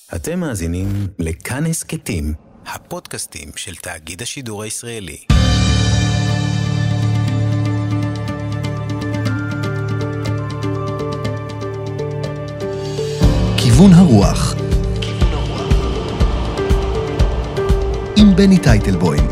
אתם מאזינים לכאן הסכתים, הפודקאסטים של תאגיד השידור הישראלי. כיוון הרוח עם בני טייטלבוים.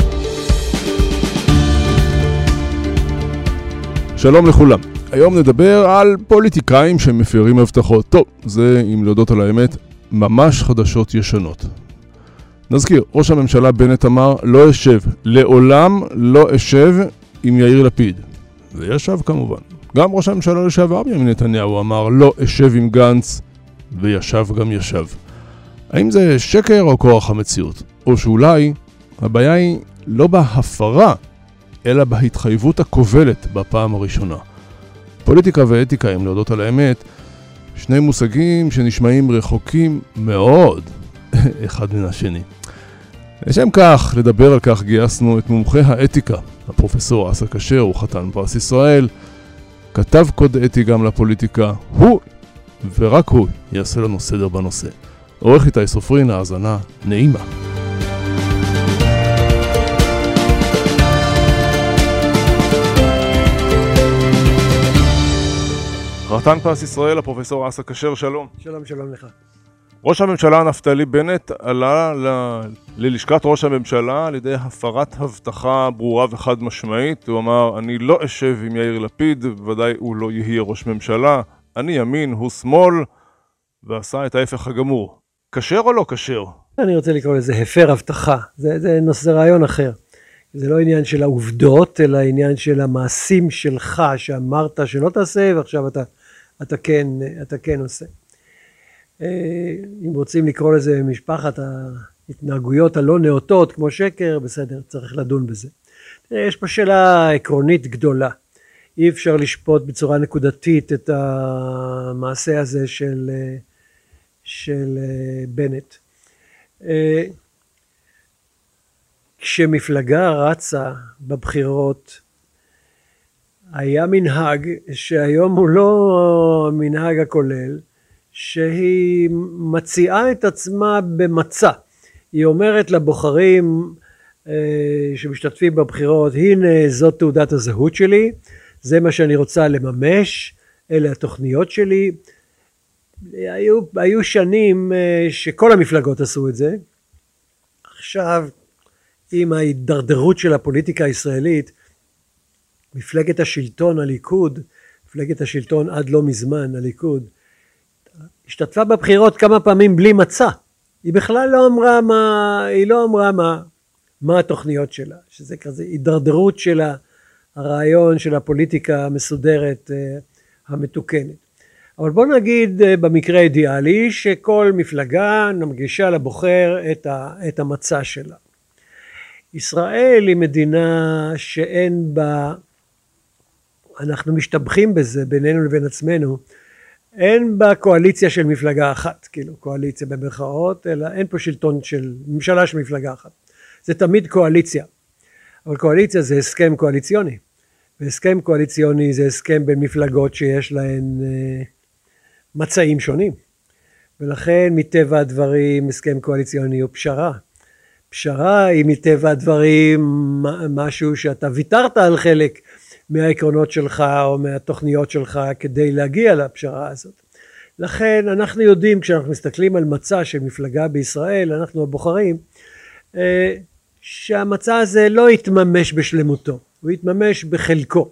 שלום לכולם. היום נדבר על פוליטיקאים שמפרים הבטחות. טוב, זה, אם להודות על האמת, ממש חדשות ישנות. נזכיר, ראש הממשלה בנט אמר, לא אשב, לעולם לא אשב עם יאיר לפיד. וישב כמובן. גם ראש הממשלה לשעבר בנימין נתניהו אמר, לא אשב עם גנץ, וישב גם ישב. האם זה שקר או כורח המציאות? או שאולי הבעיה היא לא בהפרה, אלא בהתחייבות הכובלת בפעם הראשונה. פוליטיקה ואתיקה, אם להודות על האמת, שני מושגים שנשמעים רחוקים מאוד אחד מן השני. לשם כך, לדבר על כך גייסנו את מומחה האתיקה, הפרופסור אסא כשר, הוא חתן פרס ישראל, כתב קוד אתי גם לפוליטיקה, הוא ורק הוא יעשה לנו סדר בנושא. עורך איתי סופרין, האזנה נעימה. חתן פרס ישראל, הפרופסור אסא כשר, שלום. שלום, שלום לך. ראש הממשלה נפתלי בנט עלה ללשכת ראש הממשלה על ידי הפרת הבטחה ברורה וחד משמעית. הוא אמר, אני לא אשב עם יאיר לפיד, בוודאי הוא לא יהיה ראש ממשלה, אני ימין, הוא שמאל, ועשה את ההפך הגמור. כשר או לא כשר? אני רוצה לקרוא לזה הפר הבטחה, זה רעיון אחר. זה לא עניין של העובדות, אלא עניין של המעשים שלך, שאמרת שלא תעשה, ועכשיו אתה כן עושה. אם רוצים לקרוא לזה משפחת ההתנהגויות הלא נאותות, כמו שקר, בסדר, צריך לדון בזה. יש פה שאלה עקרונית גדולה. אי אפשר לשפוט בצורה נקודתית את המעשה הזה של בנט. כשמפלגה רצה בבחירות, היה מנהג שהיום הוא לא מנהג הכולל, שהיא מציעה את עצמה במצע. היא אומרת לבוחרים שמשתתפים בבחירות, הנה זאת תעודת הזהות שלי, זה מה שאני רוצה לממש, אלה התוכניות שלי. היו שנים שכל המפלגות עשו את זה. עכשיו, עם ההידרדרות של הפוליטיקה הישראלית, מפלגת השלטון, הליכוד, מפלגת השלטון עד לא מזמן, הליכוד, השתתפה בבחירות כמה פעמים בלי מצע. היא בכלל לא אמרה מה התוכניות שלה, שזה כזה הידרדרות של הרעיון של הפוליטיקה המסודרת המתוקנת. אבל בוא נגיד במקרה אידיאלי שכל מפלגה מגישה לבוחר את המצע שלה. ישראל היא מדינה שאין בה, אנחנו משתבחים בזה בינינו לבין עצמנו, אין בה קואליציה של מפלגה אחת, כאילו קואליציה במרכאות, אלא אין פה שלטון של ממשלה של מפלגה אחת. זה תמיד קואליציה, אבל קואליציה זה הסכם קואליציוני, והסכם קואליציוני זה הסכם בין מפלגות שיש להן מצעים שונים, ולכן מטבע הדברים הסכם קואליציוני הוא פשרה. פשרה היא מטבע הדברים משהו שאתה ויתרת על חלק מהעקרונות שלך או מהתוכניות שלך כדי להגיע לפשרה הזאת. לכן אנחנו יודעים כשאנחנו מסתכלים על מצע של מפלגה בישראל, אנחנו הבוחרים, שהמצע הזה לא יתממש בשלמותו, הוא יתממש בחלקו.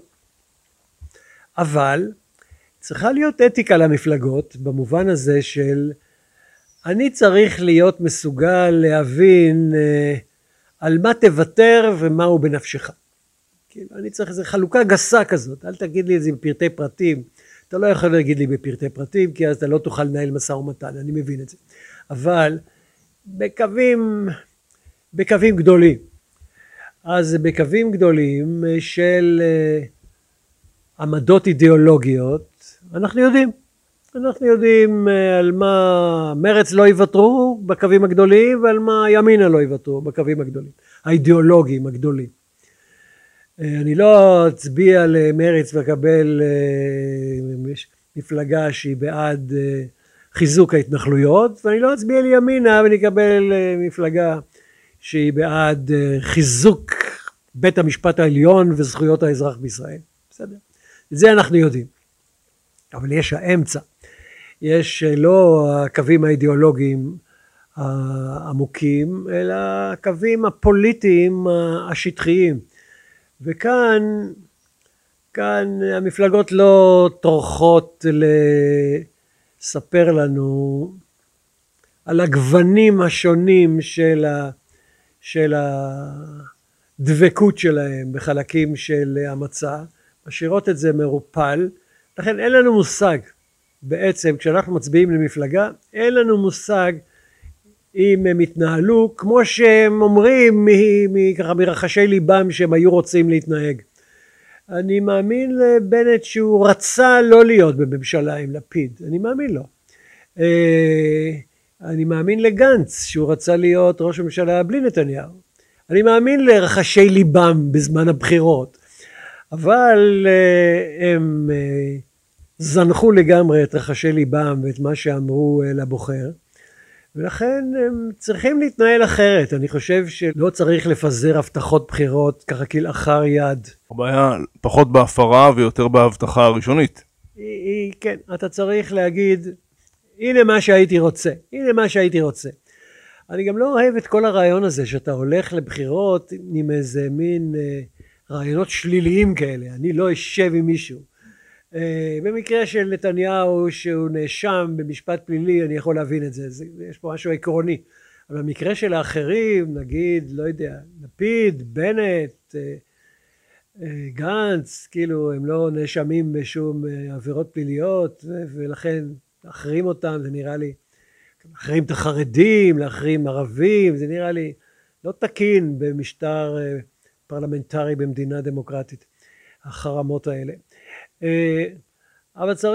אבל צריכה להיות אתיקה למפלגות במובן הזה של אני צריך להיות מסוגל להבין על מה תוותר ומה הוא בנפשך. אני צריך איזו חלוקה גסה כזאת, אל תגיד לי את זה בפרטי פרטים, אתה לא יכול להגיד לי בפרטי פרטים, כי אז אתה לא תוכל לנהל משא ומתן, אני מבין את זה. אבל בקווים גדולים, אז בקווים גדולים של עמדות אידיאולוגיות, אנחנו יודעים על מה מרץ לא יוותרו בקווים הגדולים, ועל מה ימינה לא יוותרו בקווים הגדולים, האידיאולוגיים הגדולים. אני לא אצביע למרץ וקבל מפלגה שהיא בעד חיזוק ההתנחלויות, ואני לא אצביע לימינה ונקבל מפלגה שהיא בעד חיזוק בית המשפט העליון וזכויות האזרח בישראל. בסדר? את זה אנחנו יודעים. אבל יש האמצע. יש לא הקווים האידיאולוגיים העמוקים, אלא הקווים הפוליטיים השטחיים. וכאן המפלגות לא טורחות לספר לנו על הגוונים השונים של הדבקות שלהם בחלקים של המצע, משאירות את זה מרופל, לכן אין לנו מושג, בעצם כשאנחנו מצביעים למפלגה, אין לנו מושג אם הם התנהלו כמו שהם אומרים מרחשי ליבם שהם היו רוצים להתנהג. אני מאמין לבנט שהוא רצה לא להיות בממשלה עם לפיד, אני מאמין לו. אני מאמין לגנץ שהוא רצה להיות ראש הממשלה בלי נתניהו. אני מאמין לרחשי ליבם בזמן הבחירות. אבל הם זנחו לגמרי את רחשי ליבם ואת מה שאמרו לבוחר. ולכן הם צריכים להתנהל אחרת. אני חושב שלא צריך לפזר הבטחות בחירות ככה כלאחר יד. הבעיה פחות בהפרה ויותר בהבטחה הראשונית. כן, אתה צריך להגיד, הנה מה שהייתי רוצה, הנה מה שהייתי רוצה. אני גם לא אוהב את כל הרעיון הזה שאתה הולך לבחירות עם איזה מין רעיונות שליליים כאלה. אני לא אשב עם מישהו. במקרה של נתניהו שהוא נאשם במשפט פלילי, אני יכול להבין את זה. יש פה משהו עקרוני. אבל במקרה של האחרים, נגיד, לא יודע, לפיד, בנט, גנץ, כאילו הם לא נאשמים בשום עבירות פליליות, ולכן להחרים אותם, זה נראה לי, להחרים את החרדים, להחרים ערבים, זה נראה לי לא תקין במשטר פרלמנטרי במדינה דמוקרטית, החרמות האלה. אבל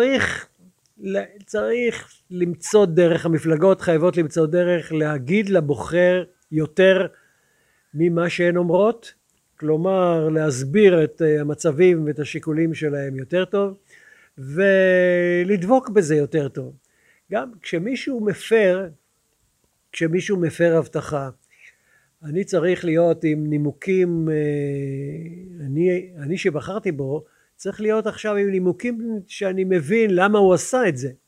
צריך למצוא דרך, המפלגות חייבות למצוא דרך להגיד לבוחר יותר ממה שהן אומרות, כלומר להסביר את המצבים ואת השיקולים שלהם יותר טוב, ולדבוק בזה יותר טוב. גם כשמישהו מפר הבטחה, אני צריך להיות עם נימוקים, אני שבחרתי בו, צריך להיות עכשיו עם נימוקים שאני מבין למה הוא עשה את זה.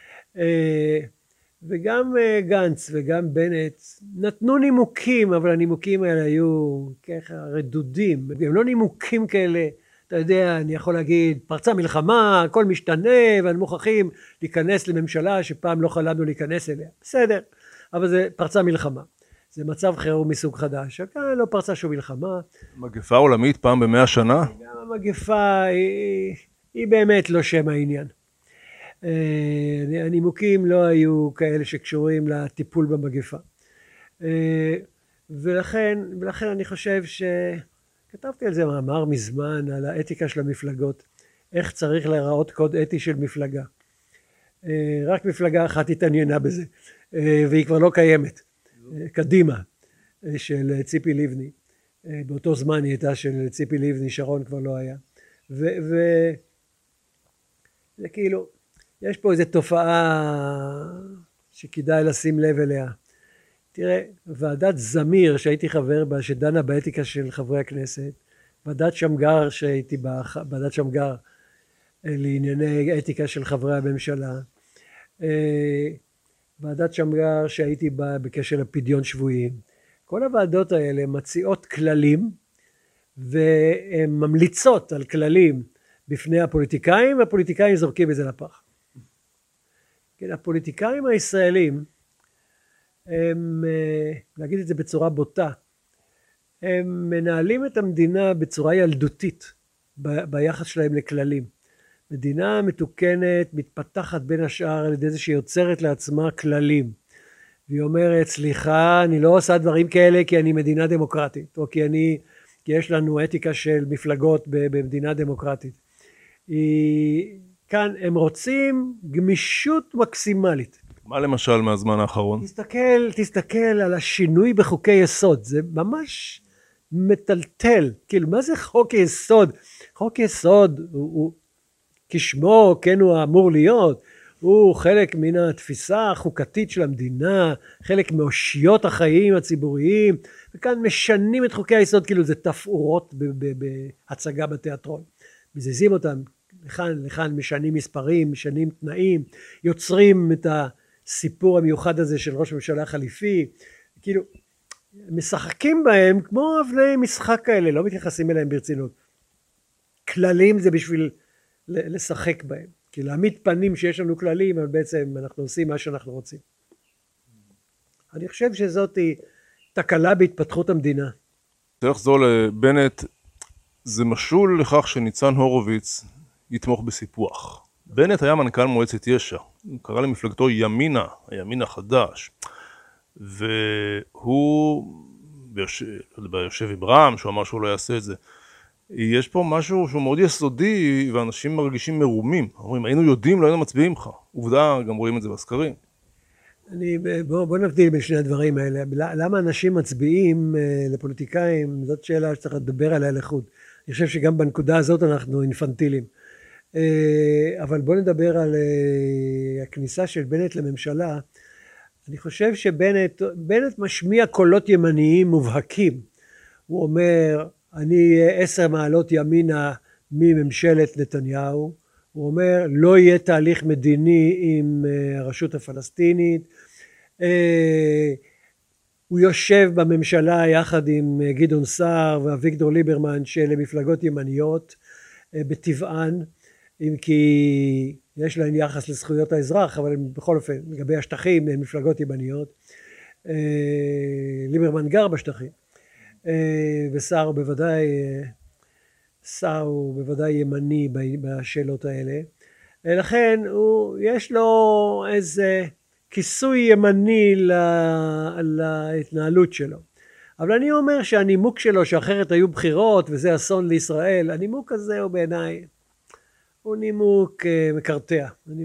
וגם גנץ וגם בנט נתנו נימוקים, אבל הנימוקים האלה היו ככה רדודים. הם לא נימוקים כאלה, אתה יודע, אני יכול להגיד, פרצה מלחמה, הכל משתנה, ואנחנו מוכרחים להיכנס לממשלה שפעם לא חלמנו להיכנס אליה. בסדר, אבל זה פרצה מלחמה. זה מצב חירום מסוג חדש. כאן לא פרצה שום מלחמה. מגפה עולמית פעם ב100 שנה? גם המגפה היא באמת לא שם העניין. הנימוקים לא היו כאלה שקשורים לטיפול במגפה. ולכן אני חושב כתבתי על זה מאמר מזמן, על האתיקה של המפלגות, איך צריך להיראות קוד אתי של מפלגה. רק מפלגה אחת התעניינה בזה, והיא כבר לא קיימת. קדימה, של ציפי לבני. באותו זמן היא הייתה של ציפי לבני, שרון כבר לא היה. וזה כאילו, יש פה איזו תופעה שכדאי לשים לב אליה. תראה, ועדת זמיר שהייתי חבר בה, שדנה באתיקה של חברי הכנסת, ועדת שמגר שהייתי בה, ועדת שמגר לענייני אתיקה של חברי הממשלה, ועדת שמגר שהייתי בה בקשר לפדיון שבויים. כל הוועדות האלה מציעות כללים, והן ממליצות על כללים בפני הפוליטיקאים, והפוליטיקאים זורקים את זה לפח. כן, הפוליטיקאים הישראלים, הם, להגיד את זה בצורה בוטה, הם מנהלים את המדינה בצורה ילדותית ביחס שלהם לכללים. מדינה מתוקנת מתפתחת בין השאר על ידי זה שהיא יוצרת לעצמה כללים. והיא אומרת, סליחה, אני לא עושה דברים כאלה כי אני מדינה דמוקרטית, או כי יש לנו אתיקה של מפלגות במדינה דמוקרטית. כאן הם רוצים גמישות מקסימלית. מה למשל מהזמן האחרון? תסתכל על השינוי בחוקי יסוד, זה ממש מטלטל. כאילו, מה זה חוק יסוד? חוק יסוד הוא כשמו, כן הוא אמור להיות, הוא חלק מן התפיסה החוקתית של המדינה, חלק מאושיות החיים הציבוריים, וכאן משנים את חוקי היסוד כאילו זה תפאורות בהצגה בתיאטרון. מזיזים אותם לכאן, משנים מספרים, משנים תנאים, יוצרים את הסיפור המיוחד הזה של ראש ממשלה חליפי, כאילו משחקים בהם כמו אבני משחק כאלה, לא מתייחסים אליהם ברצינות. כללים זה בשביל לשחק בהם. כי להעמיד פנים שיש לנו כללים, אבל בעצם אנחנו עושים מה שאנחנו רוצים. אני חושב שזאת תקלה בהתפתחות המדינה. צריך לחזור לבנט, זה משול לכך שניצן הורוביץ יתמוך בסיפוח. בנט היה מנכ"ל מועצת יש"ע, הוא קרא למפלגתו ימינה, הימין החדש, והוא יושב עם רע"מ, שהוא אמר שהוא לא יעשה את זה. יש פה משהו שהוא מאוד יסודי, ואנשים מרגישים מרומים. אומרים, היינו יודעים, לא היינו מצביעים לך. עובדה, גם רואים את זה בסקרים. בוא נבדיל בין שני הדברים האלה. למה אנשים מצביעים לפוליטיקאים? זאת שאלה שצריך לדבר עליה לחוד. אני חושב שגם בנקודה הזאת אנחנו אינפנטילים. אבל בוא נדבר על הכניסה של בנט לממשלה. אני חושב שבנט משמיע קולות ימניים מובהקים. הוא אומר, אני 10 מעלות ימינה מממשלת נתניהו. הוא אומר, לא יהיה תהליך מדיני עם הרשות הפלסטינית. הוא יושב בממשלה יחד עם גדעון סער ואביגדור ליברמן של מפלגות ימניות בטבען, אם כי יש להן יחס לזכויות האזרח, אבל בכל אופן, לגבי השטחים, הן מפלגות ימניות. ליברמן גר בשטחים. וסער הוא בוודאי ימני בשאלות האלה. לכן יש לו איזה כיסוי ימני להתנהלות שלו. אבל אני אומר שהנימוק שלו שאחרת היו בחירות וזה אסון לישראל, הנימוק הזה הוא בעיניי, הוא נימוק מקרטע.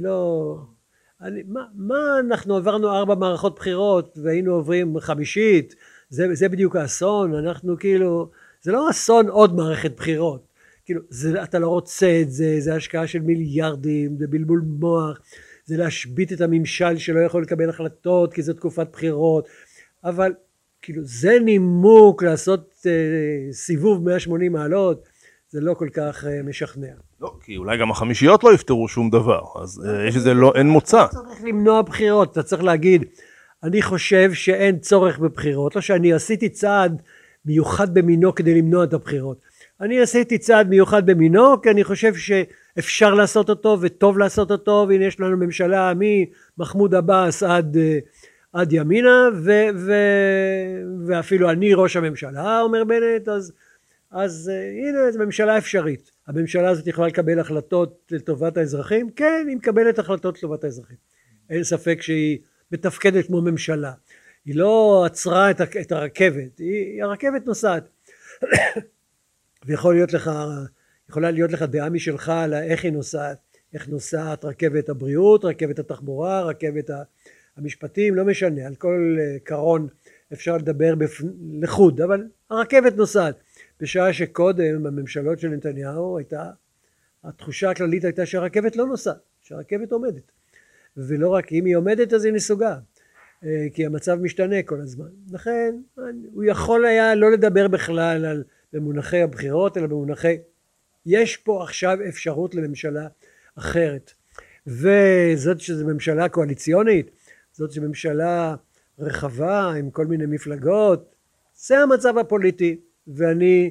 מה אנחנו עברנו 4 מערכות בחירות והיינו עוברים 5, זה בדיוק האסון. אנחנו כאילו, זה לא אסון עוד מערכת בחירות. כאילו, אתה לא רוצה את זה, זה השקעה של מיליארדים, זה בלבול מוח, זה להשבית את הממשל שלא יכול לקבל החלטות, כי זו תקופת בחירות, אבל כאילו, זה נימוק לעשות סיבוב 180 מעלות, זה לא כל כך משכנע. לא, כי אולי גם החמישיות לא יפתרו שום דבר, אז יש לזה אין מוצא. אתה צריך למנוע בחירות, אתה צריך להגיד, אני חושב שאין צורך בבחירות, לא שאני עשיתי צעד מיוחד במינו כדי למנוע את הבחירות. אני עשיתי צעד מיוחד במינו, כי אני חושב שאפשר לעשות אותו וטוב לעשות אותו, והנה יש לנו ממשלה ממחמוד עבאס עד ימינה, ואפילו אני ראש הממשלה, אומר בנט, אז הנה, זו ממשלה אפשרית. הממשלה הזאת יכולה לקבל החלטות לטובת האזרחים? כן, היא מקבלת החלטות לטובת האזרחים. אין ספק שהיא מתפקדת כמו ממשלה. היא לא עצרה את הרכבת, הרכבת נוסעת. ויכולה להיות לך דעה משלך על איך היא נוסעת, איך נוסעת רכבת הבריאות, רכבת התחבורה, רכבת המשפטים, לא משנה, על כל קרון אפשר לדבר לחוד, אבל הרכבת נוסעת. בשעה שקודם בממשלות של נתניהו התחושה הכללית הייתה שהרכבת לא נוסעת, שהרכבת עומדת. ולא רק אם היא עומדת אז היא נסוגה, כי המצב משתנה כל הזמן. לכן הוא יכול היה לא לדבר בכלל על במונחי הבחירות, אלא במונחי, יש פה עכשיו אפשרות לממשלה אחרת. וזאת שזו ממשלה קואליציונית, זאת שזו ממשלה רחבה עם כל מיני מפלגות, זה המצב הפוליטי. ואני,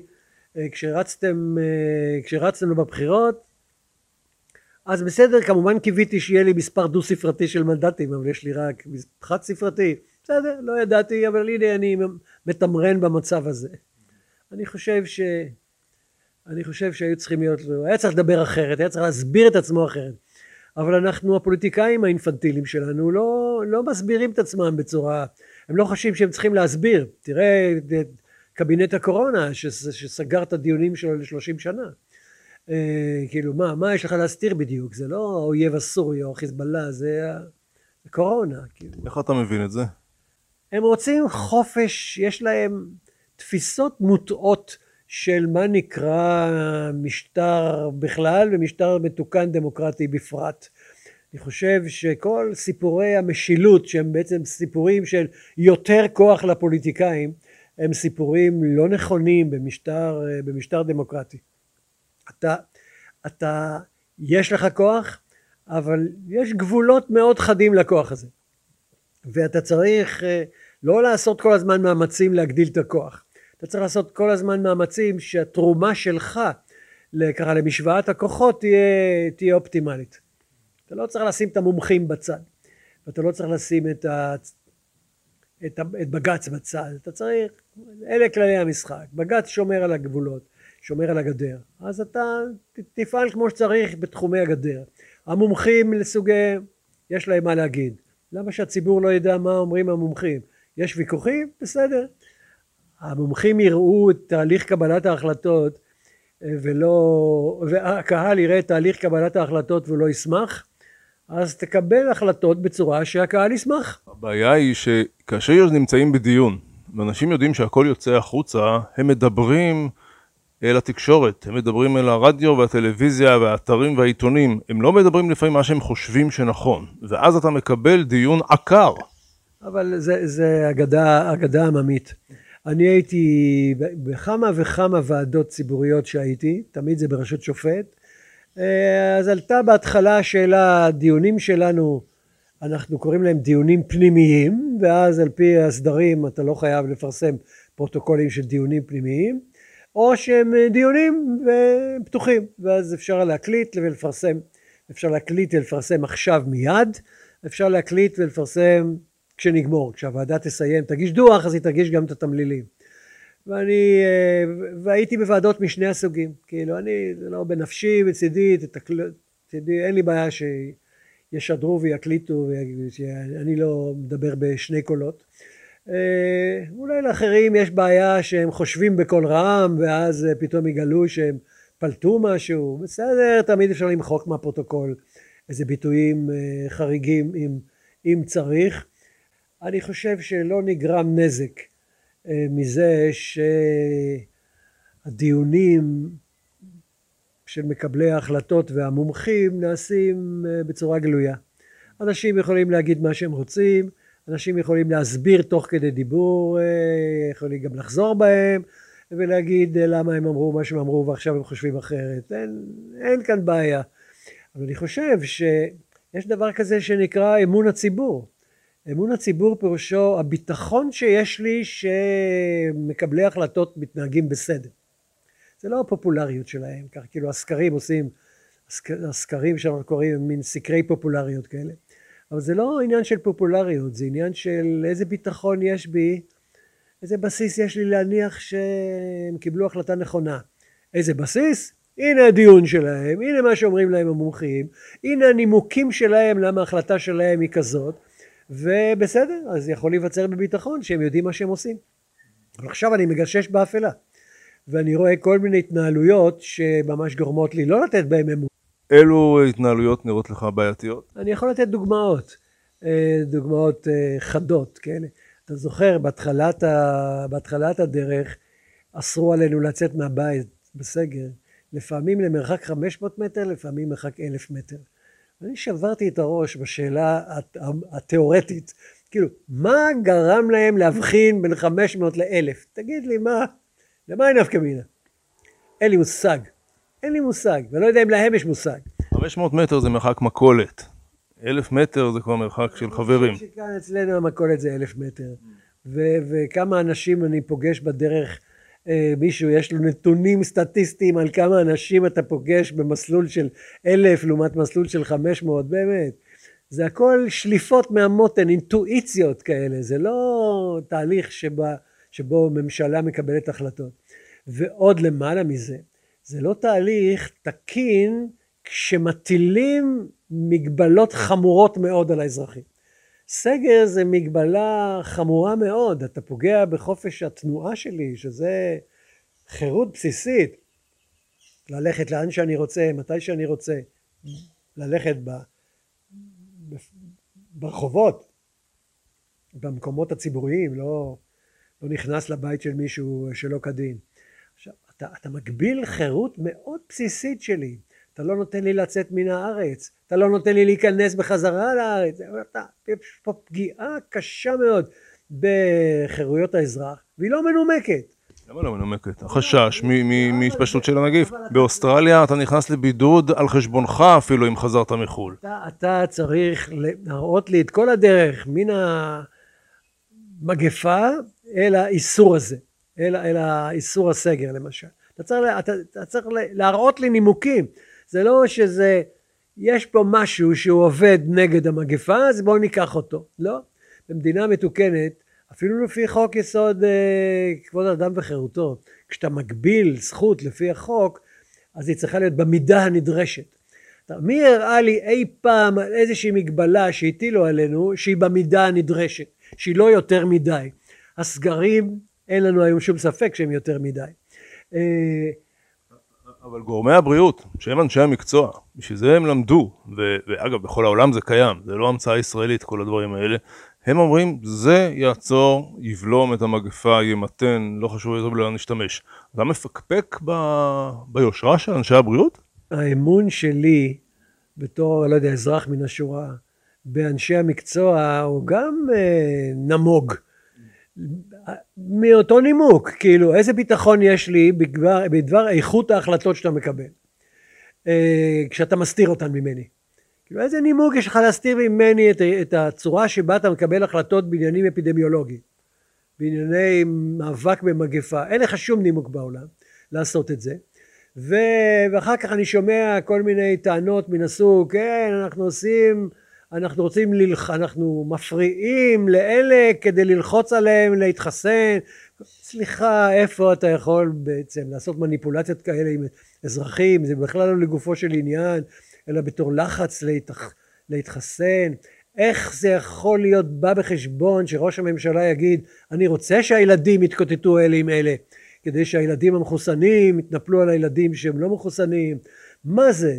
כשרצנו בבחירות, אז בסדר, כמובן קיוויתי שיהיה לי מספר דו ספרתי של מנדטים, אבל יש לי רק חד ספרתי. בסדר, לא ידעתי, אבל הנה אני מתמרן במצב הזה. אני חושב שהיו צריכים להיות, היה צריך לדבר אחרת, היה צריך להסביר את עצמו אחרת. אבל אנחנו, הפוליטיקאים האינפנטילים שלנו, לא מסבירים את עצמם בצורה, הם לא חושבים שהם צריכים להסביר. תראה את קבינט הקורונה, שסגר את הדיונים שלו ל30 שנה. כאילו, מה יש לך להסתיר בדיוק? זה לא האויב הסורי או חיזבאללה, זה הקורונה. כאילו. איך אתה מבין את זה? הם רוצים חופש, יש להם תפיסות מוטעות של מה נקרא משטר בכלל ומשטר מתוקן דמוקרטי בפרט. אני חושב שכל סיפורי המשילות, שהם בעצם סיפורים של יותר כוח לפוליטיקאים, הם סיפורים לא נכונים במשטר דמוקרטי. יש לך כוח, אבל יש גבולות מאוד חדים לכוח הזה. ואתה צריך לא לעשות כל הזמן מאמצים להגדיל את הכוח. אתה צריך לעשות כל הזמן מאמצים שהתרומה שלך למשוואת הכוחות תהיה אופטימלית. אתה לא צריך לשים את המומחים בצד. ואתה לא צריך לשים את בג"ץ בצד. אתה צריך, אלה כללי המשחק. בג"ץ שומר על הגבולות, שומר על הגדר. אז אתה תפעל כמו שצריך בתחומי הגדר. המומחים לסוגיהם, יש להם מה להגיד. למה שהציבור לא ידע מה אומרים המומחים? יש ויכוחים? בסדר. המומחים יראו את תהליך קבלת ההחלטות והקהל יראה את תהליך קבלת ההחלטות ולא ישמח, אז תקבל החלטות בצורה שהקהל ישמח. הבעיה היא שכאשר נמצאים בדיון, ואנשים יודעים שהכל יוצא החוצה, הם מדברים אל התקשורת, הם מדברים אל הרדיו והטלוויזיה והאתרים והעיתונים, הם לא מדברים לפעמים מה שהם חושבים שנכון, ואז אתה מקבל דיון עקר. אבל זה אגדה עממית. אני הייתי בכמה וכמה ועדות ציבוריות שהייתי, תמיד זה בראשות שופט, אז עלתה בהתחלה השאלה, הדיונים שלנו, אנחנו קוראים להם דיונים פנימיים, ואז על פי הסדרים אתה לא חייב לפרסם פרוטוקולים של דיונים פנימיים, או שהם דיונים פתוחים, ואז אפשר להקליט ולפרסם, אפשר להקליט ולפרסם עכשיו מיד, אפשר להקליט ולפרסם כשנגמור, כשהוועדה תסיים, תגיש דוח, אז היא תגיש גם את התמלילים. והייתי בוועדות משני הסוגים, כאילו אני, זה לא בנפשי, בצדי, אין לי בעיה שישדרו ויקליטו, אני לא מדבר בשני קולות. אולי לאחרים יש בעיה שהם חושבים בקול רם, ואז פתאום יגלו שהם פלטו משהו, בסדר, תמיד אפשר למחוק מהפרוטוקול איזה ביטויים חריגים אם צריך. אני חושב שלא נגרם נזק מזה שהדיונים של מקבלי ההחלטות והמומחים נעשים בצורה גלויה. אנשים יכולים להגיד מה שהם רוצים, אנשים יכולים להסביר תוך כדי דיבור, יכולים גם לחזור בהם ולהגיד למה הם אמרו מה שהם אמרו ועכשיו הם חושבים אחרת. אין כאן בעיה. אבל אני חושב שיש דבר כזה שנקרא אמון הציבור. אמון הציבור פירושו הביטחון שיש לי שמקבלי החלטות מתנהגים בסדר. זה לא הפופולריות שלהם, כך כאילו הסקרים עושים, הסקרים שאנחנו קוראים מין סקרי פופולריות כאלה. אבל זה לא עניין של פופולריות, זה עניין של איזה ביטחון יש בי, איזה בסיס יש לי להניח שהם קיבלו החלטה נכונה. איזה בסיס? הנה הדיון שלהם, הנה מה שאומרים להם המומחים, הנה הנימוקים שלהם למה ההחלטה שלהם היא כזאת, ובסדר, אז יכול להיווצר בביטחון שהם יודעים מה שהם עושים. אבל עכשיו אני מגשש באפלה, ואני רואה כל מיני התנהלויות שממש גורמות לי לא לתת בהם אמון. אילו התנהלויות נראות לך בעייתיות? אני יכול לתת דוגמאות חדות, כאלה. אתה זוכר, בהתחלת הדרך אסרו עלינו לצאת מהבית בסגר, לפעמים למרחק 500 מטר, לפעמים מרחק 1,000 מטר. אני שברתי את הראש בשאלה התיאורטית, כאילו, מה גרם להם להבחין בין 500 ל-1,000? תגיד לי, למה אין נפקא מינה? אין לי מושג, ולא יודע אם להם יש מושג. 500 מטר זה מרחק מכולת, 1,000 מטר זה כבר מרחק של חברים. שכאן אצלנו המכולת זה 1,000 מטר, וכמה אנשים אני פוגש בדרך, מישהו יש לו נתונים סטטיסטיים על כמה אנשים אתה פוגש במסלול של 1,000 לעומת מסלול של 500, באמת. זה הכל שליפות מהמותן, אינטואיציות כאלה, זה לא תהליך שבו ממשלה מקבלת החלטות. ועוד למעלה מזה, זה לא תהליך תקין כשמטילים מגבלות חמורות מאוד על האזרחים. סגר זה מגבלה חמורה מאוד, אתה פוגע בחופש התנועה שלי, שזה חירות בסיסית, ללכת לאן שאני רוצה, מתי שאני רוצה, ללכת ברחובות, במקומות הציבוריים, לא נכנס לבית של מישהו שלא כדין. עכשיו, אתה מגביל חירות מאוד בסיסית שלי, אתה לא נותן לי לצאת מן הארץ, אתה לא נותן לי להיכנס בחזרה לארץ, יש פה פגיעה קשה מאוד בחירויות האזרח, והיא לא מנומקת. למה לא מנומקת? החשש מהתפשטות של הנגיף. באוסטרליה אתה נכנס לבידוד על חשבונך אפילו אם חזרת מחול. אתה צריך להראות לי את כל הדרך מן המגפה אל האיסור הזה, אל האיסור הסגר למשל. אתה צריך להראות לי נימוקים. זה לא שזה, יש פה משהו שהוא עובד נגד המגפה, אז בואו ניקח אותו. לא. במדינה מתוקנת, אפילו לפי חוק יסוד כבוד האדם וחירותו, כשאתה מגביל זכות לפי החוק, אז היא צריכה להיות במידה הנדרשת. מי הראה לי אי פעם על איזושהי מגבלה שהטילו עלינו, שהיא במידה הנדרשת, שהיא לא יותר מדי. הסגרים, אין לנו היום שום ספק שהם יותר מדי. אבל גורמי הבריאות, שהם אנשי המקצוע, בשביל זה הם למדו, ואגב, בכל העולם זה קיים, זה לא המצאה ישראלית, כל הדברים האלה, הם אומרים, זה יעצור, יבלום את המגפה, ימתן, לא חשוב יותר בלא נשתמש. אתה מפקפק ביושרה של אנשי הבריאות? האמון שלי, בתור, לא יודע, אזרח מן השורה, באנשי המקצוע, הוא גם נמוג. מאותו נימוק, כאילו, איזה ביטחון יש לי בדבר איכות ההחלטות שאתה מקבל, כשאתה מסתיר אותן ממני. כאילו, איזה נימוק יש לך להסתיר ממני את הצורה שבה אתה מקבל החלטות בעניינים אפידמיולוגיים, בענייני מאבק במגפה, אין לך שום נימוק בעולם לעשות את זה, ואחר כך אני שומע כל מיני טענות מן הסוג, כן, אנחנו מפריעים לאלה כדי ללחוץ עליהם להתחסן. סליחה, איפה אתה יכול בעצם לעשות מניפולציות כאלה עם אזרחים? זה בכלל לא לגופו של עניין, אלא בתור לחץ להתחסן. איך זה יכול להיות בא בחשבון שראש הממשלה יגיד, אני רוצה שהילדים יתקוטטו אלה עם אלה, כדי שהילדים המחוסנים יתנפלו על הילדים שהם לא מחוסנים? מה זה?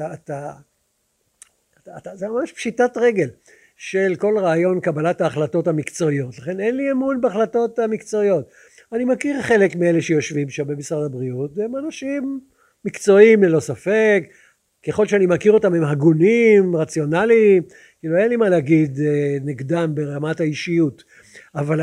זה ממש פשיטת רגל של כל רעיון קבלת ההחלטות המקצועיות. לכן אין לי אמון בהחלטות המקצועיות. אני מכיר חלק מאלה שיושבים שם במשרד הבריאות, והם אנשים מקצועיים ללא ספק, ככל שאני מכיר אותם הם הגונים, רציונליים, כאילו אין לי מה להגיד נגדם ברמת האישיות, אבל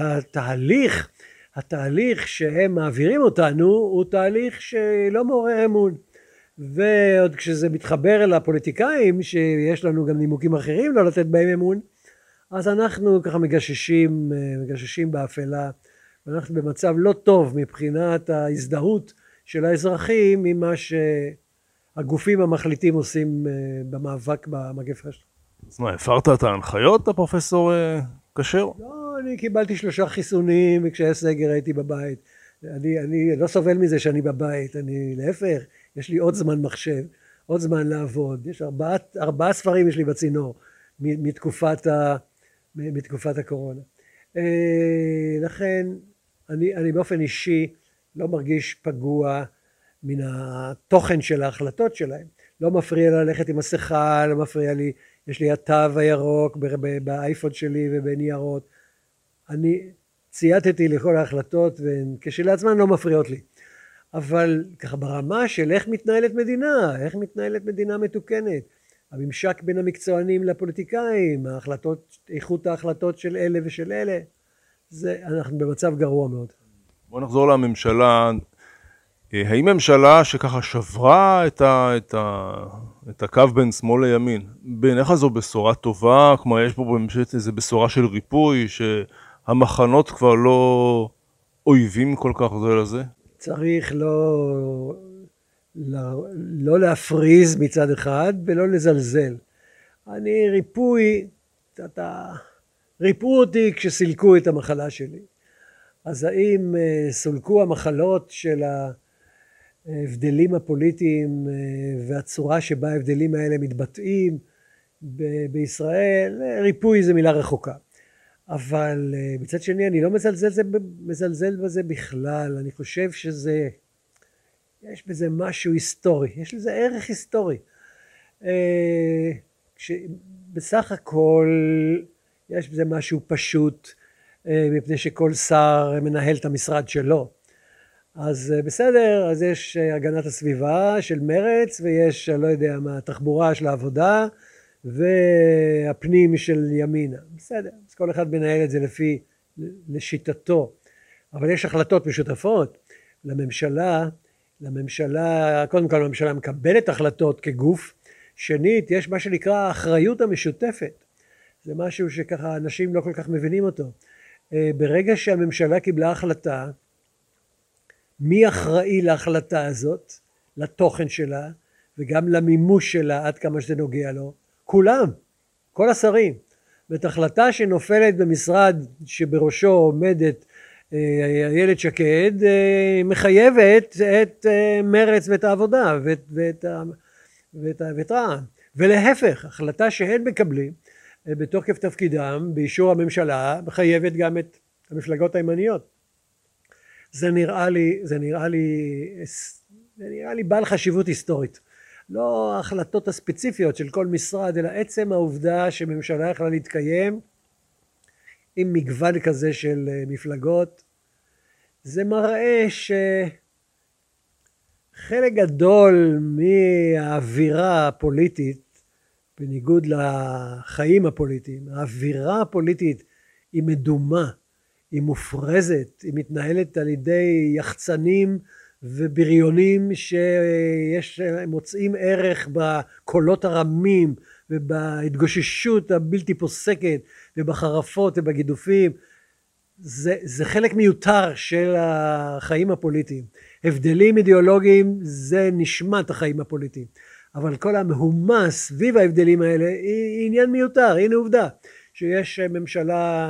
התהליך שהם מעבירים אותנו הוא תהליך שלא מעורר אמון. ועוד כשזה מתחבר אל הפוליטיקאים, שיש לנו גם נימוקים אחרים לא לתת בהם אמון, אז אנחנו ככה מגששים באפלה, ואנחנו במצב לא טוב מבחינת ההזדהות של האזרחים ממה שהגופים המחליטים עושים במאבק במגפה שלנו. אז מה, הפרת את ההנחיות, הפרופסור כשר? לא, אני קיבלתי 3 חיסונים, וכשהיה סגר הייתי בבית. אני לא סובל מזה שאני בבית, אני להפך, יש לי עוד זמן מחשב, עוד זמן לעבוד, יש 4 ספרים יש לי בצינור מתקופת הקורונה. לכן אני באופן אישי לא מרגיש פגוע מן התוכן של ההחלטות שלהם. לא מפריע ללכת עם מסכה, לא מפריע לי, יש לי התו הירוק באייפון שלי ובניירות. אני צייתתי לכל ההחלטות וכשלעצמן לא מפריעות לי. אבל ככה ברמה של איך מתנהלת מדינה מתוקנת, הממשק בין המקצוענים לפוליטיקאים, איכות ההחלטות של אלה ושל אלה, אנחנו במצב גרוע מאוד. בוא נחזור לממשלה. האם ממשלה שככה שברה את הקו בין שמאל לימין, בעיניך זו בשורה טובה? כמו יש פה באמת איזו בשורה של ריפוי, שהמחנות כבר לא אויבים כל כך זה לזה? צריך לא להפריז מצד אחד ולא לזלזל. ריפאו אותי כשסילקו את המחלה שלי. אז האם סולקו המחלות של ההבדלים הפוליטיים והצורה שבה ההבדלים האלה מתבטאים בישראל? ריפוי זה מילה רחוקה. אבל מצד שני אני לא מזלזל בזה בכלל. אני חושב יש בזה משהו היסטורי, יש לזה ערך היסטורי. בסך הכל יש בזה משהו פשוט, מפני שכל שר מנהל את המשרד שלו. אז בסדר, אז יש הגנת הסביבה של מרץ, ויש, לא יודע מה, תחבורה של העבודה, והפנים של ימינה. בסדר, אז כל אחד מנהל את זה לפי, לשיטתו. אבל יש החלטות משותפות לממשלה, קודם כל הממשלה מקבלת החלטות כגוף, שנית, יש מה שנקרא האחריות המשותפת. זה משהו שככה אנשים לא כל כך מבינים אותו. ברגע שהממשלה קיבלה החלטה, מי אחראי להחלטה הזאת, לתוכן שלה, וגם למימוש שלה עד כמה שזה נוגע לו? כולם, כל השרים. ואת החלטה שנופלת במשרד שבראשו עומדת איילת שקד, מחייבת את מרץ ואת העבודה ואת רע"מ. ולהפך, החלטה שהם מקבלים בתוקף תפקידם, באישור הממשלה, מחייבת גם את המפלגות הימניות. זה נראה לי בעל חשיבות היסטורית. לא ההחלטות הספציפיות של כל משרד, אלא עצם העובדה שממשלה יכולה להתקיים עם מגוון כזה של מפלגות. זה מראה שחלק גדול מהאווירה הפוליטית, בניגוד לחיים הפוליטיים, האווירה הפוליטית היא מדומה, היא מופרזת, היא מתנהלת על ידי יחצנים ובריונים שמוצאים ערך בקולות הרמים ובהתגוששות הבלתי פוסקת ובחרפות ובגידופים. זה חלק מיותר של החיים הפוליטיים. הבדלים אידיאולוגיים זה נשמת החיים הפוליטיים. אבל כל המהומה סביב ההבדלים האלה היא עניין מיותר. הנה עובדה שיש ממשלה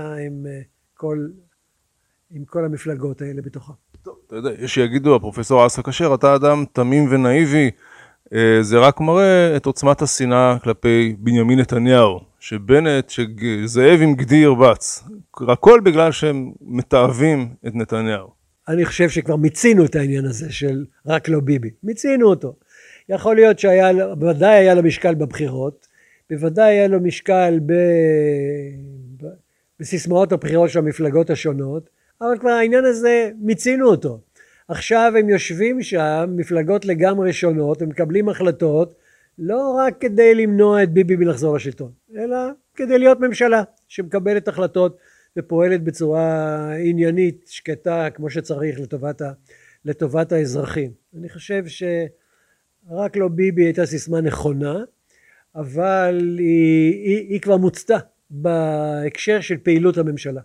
עם כל המפלגות האלה בתוכה. טוב, אתה יודע, יש שיגידו, הפרופסור אסא כשר, אתה אדם תמים ונאיבי, זה רק מראה את עוצמת השנאה כלפי בנימין נתניהו, שבנט, שזאב עם גדי ירבץ, הכל בגלל שהם מתאהבים את נתניהו. אני חושב שכבר מיצינו את העניין הזה של רק לא ביבי, מיצינו אותו. יכול להיות בוודאי היה לו משקל בבחירות, בוודאי היה לו משקל בסיסמאות הבחירות של המפלגות השונות, אבל כבר העניין הזה מיצינו אותו. עכשיו הם יושבים שם, מפלגות לגמרי שונות, הם מקבלים החלטות, לא רק כדי למנוע את ביבי מלחזור לשלטון, אלא כדי להיות ממשלה שמקבלת החלטות ופועלת בצורה עניינית, שקטה, כמו שצריך לטובת האזרחים. אני חושב שרק לא ביבי הייתה סיסמה נכונה, אבל היא כבר מוצתה בהקשר של פעילות הממשלה.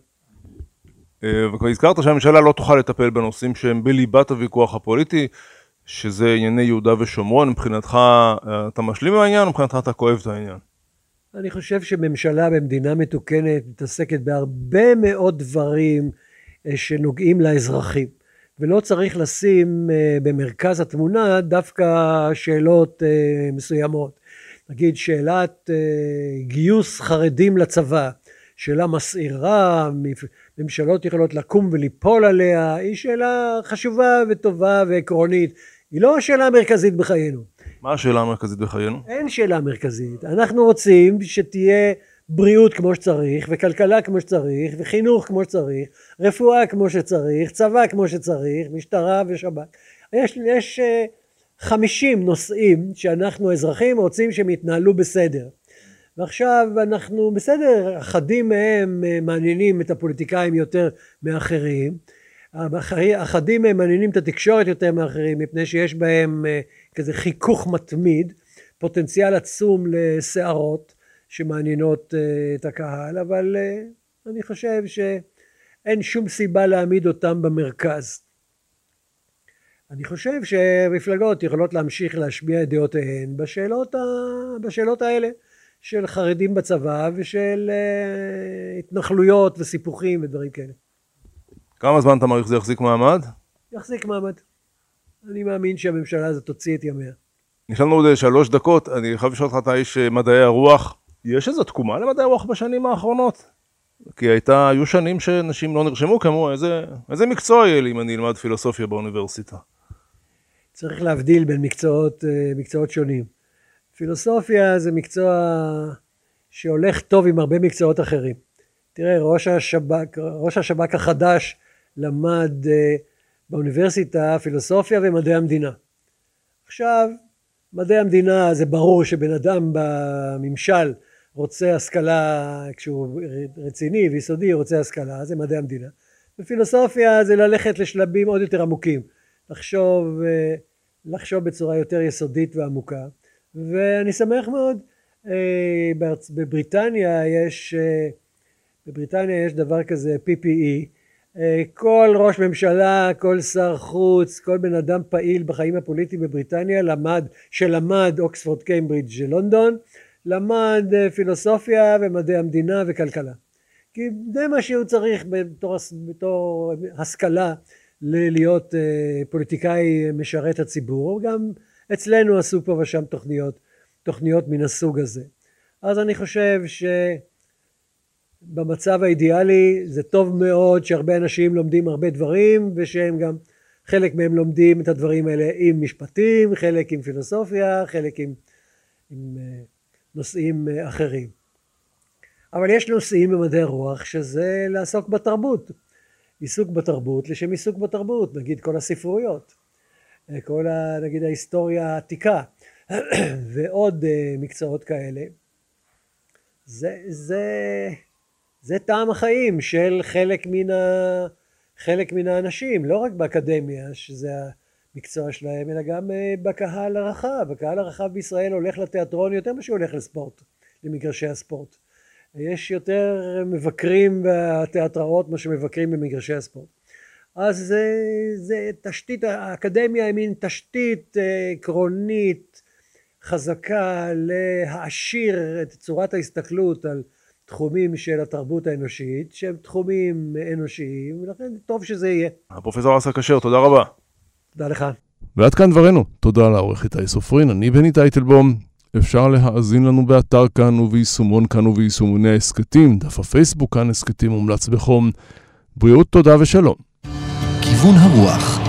וכבר הזכרת שהממשלה לא תוכל לטפל בנושאים שהם בליבת הוויכוח הפוליטי, שזה ענייני יהודה ושומרון. מבחינתך אתה משלים עם העניין, מבחינתך אתה כואב את העניין? אני חושב שממשלה במדינה מתוקנת מתעסקת בהרבה מאוד דברים שנוגעים לאזרחים, ולא צריך לשים במרכז התמונה דווקא שאלות מסוימות. נגיד שאלת גיוס חרדים לצבא, שאלה מסעירה, ממשלות יכולות לקום וליפול עליה, היא שאלה חשובה וטובה ועקרונית, היא לא השאלה המרכזית בחיינו. מה השאלה המרכזית בחיינו? אין שאלה מרכזית, אנחנו רוצים שתהיה בריאות כמו שצריך, וכלכלה כמו שצריך, וחינוך כמו שצריך, רפואה כמו שצריך, צבא כמו שצריך, משטרה ושב"כ. יש 50 נושאים שאנחנו אזרחים רוצים שהם יתנהלו בסדר. ועכשיו אנחנו בסדר, אחדים מהם מעניינים את הפוליטיקאים יותר מאחרים, אחדים מהם מעניינים את התקשורת יותר מאחרים, מפני שיש בהם כזה חיכוך מתמיד, פוטנציאל עצום לסערות שמעניינות את הקהל, אבל אני חושב שאין שום סיבה להעמיד אותם במרכז. אני חושב שמפלגות יכולות להמשיך להשמיע את דעותיהן בשאלות האלה, של חרדים בצבא ושל התנחלויות וסיפוחים ודברים כאלה. כמה זמן אתה מעריך זה יחזיק מעמד? יחזיק מעמד. אני מאמין שהממשלה הזאת תוציא את ימיה. יש לנו עוד 3 דקות, אני חייב לשאול אותך, אתה איש מדעי הרוח. יש איזו תקומה למדעי הרוח בשנים האחרונות? כי היו שנים שנשים לא נרשמו, כמו איזה מקצוע יהיה לי אם אני אלמד פילוסופיה באוניברסיטה? צריך להבדיל בין מקצועות שונים. פילוסופיה זה מקצוע שהולך טוב עם הרבה מקצועות אחרים. תראה, ראש השב"כ החדש למד באוניברסיטה פילוסופיה ומדעי המדינה. עכשיו, מדעי המדינה זה ברור שבן אדם בממשל רוצה השכלה, כשהוא רציני ויסודי רוצה השכלה, זה מדעי המדינה. ופילוסופיה זה ללכת לשלבים עוד יותר עמוקים, לחשוב בצורה יותר יסודית ועמוקה. ואני שמח מאוד, בבריטניה יש דבר כזה PPE, כל ראש ממשלה, כל שר חוץ, כל בן אדם פעיל בחיים הפוליטיים בבריטניה שלמד אוקספורד, קיימברידג', לונדון, למד פילוסופיה ומדעי המדינה וכלכלה. כי זה מה שהוא צריך בתור השכלה להיות פוליטיקאי משרת הציבור. גם אצלנו עשו פה ושם תוכניות מן הסוג הזה. אז אני חושב שבמצב האידיאלי זה טוב מאוד שהרבה אנשים לומדים הרבה דברים, ושהם גם חלק מהם לומדים את הדברים האלה עם משפטים, חלק עם פילוסופיה, חלק עם נושאים אחרים. אבל יש נושאים במדעי הרוח שזה לעסוק בתרבות. עיסוק בתרבות לשם עיסוק בתרבות, נגיד כל הספרויות, נגיד ההיסטוריה העתיקה, ועוד מקצועות כאלה. זה טעם החיים של חלק מן האנשים, לא רק באקדמיה, שזה המקצוע שלהם, אלא גם בקהל הרחב. הקהל הרחב בישראל הולך לתיאטרון יותר משהו הולך לספורט, למגרשי הספורט. יש יותר מבקרים בתיאטראות מה שמבקרים במגרשי הספורט. אז זה תשתית, האקדמיה היא מין תשתית עקרונית חזקה להעשיר את צורת ההסתכלות על תחומים של התרבות האנושית, שהם תחומים אנושיים, ולכן טוב שזה יהיה. הפרופסור אסא כשר, תודה רבה. תודה לך. ועד כאן דברנו. תודה לעורך איתי סופרין, אני בני טייטלבום. אפשר להאזין לנו באתר כאן וביישומון כאן וביישומוני ההסקטים, דף הפייסבוק כאן הסקטים מומלץ בחום. בריאות, תודה ושלום. כיוון הרוח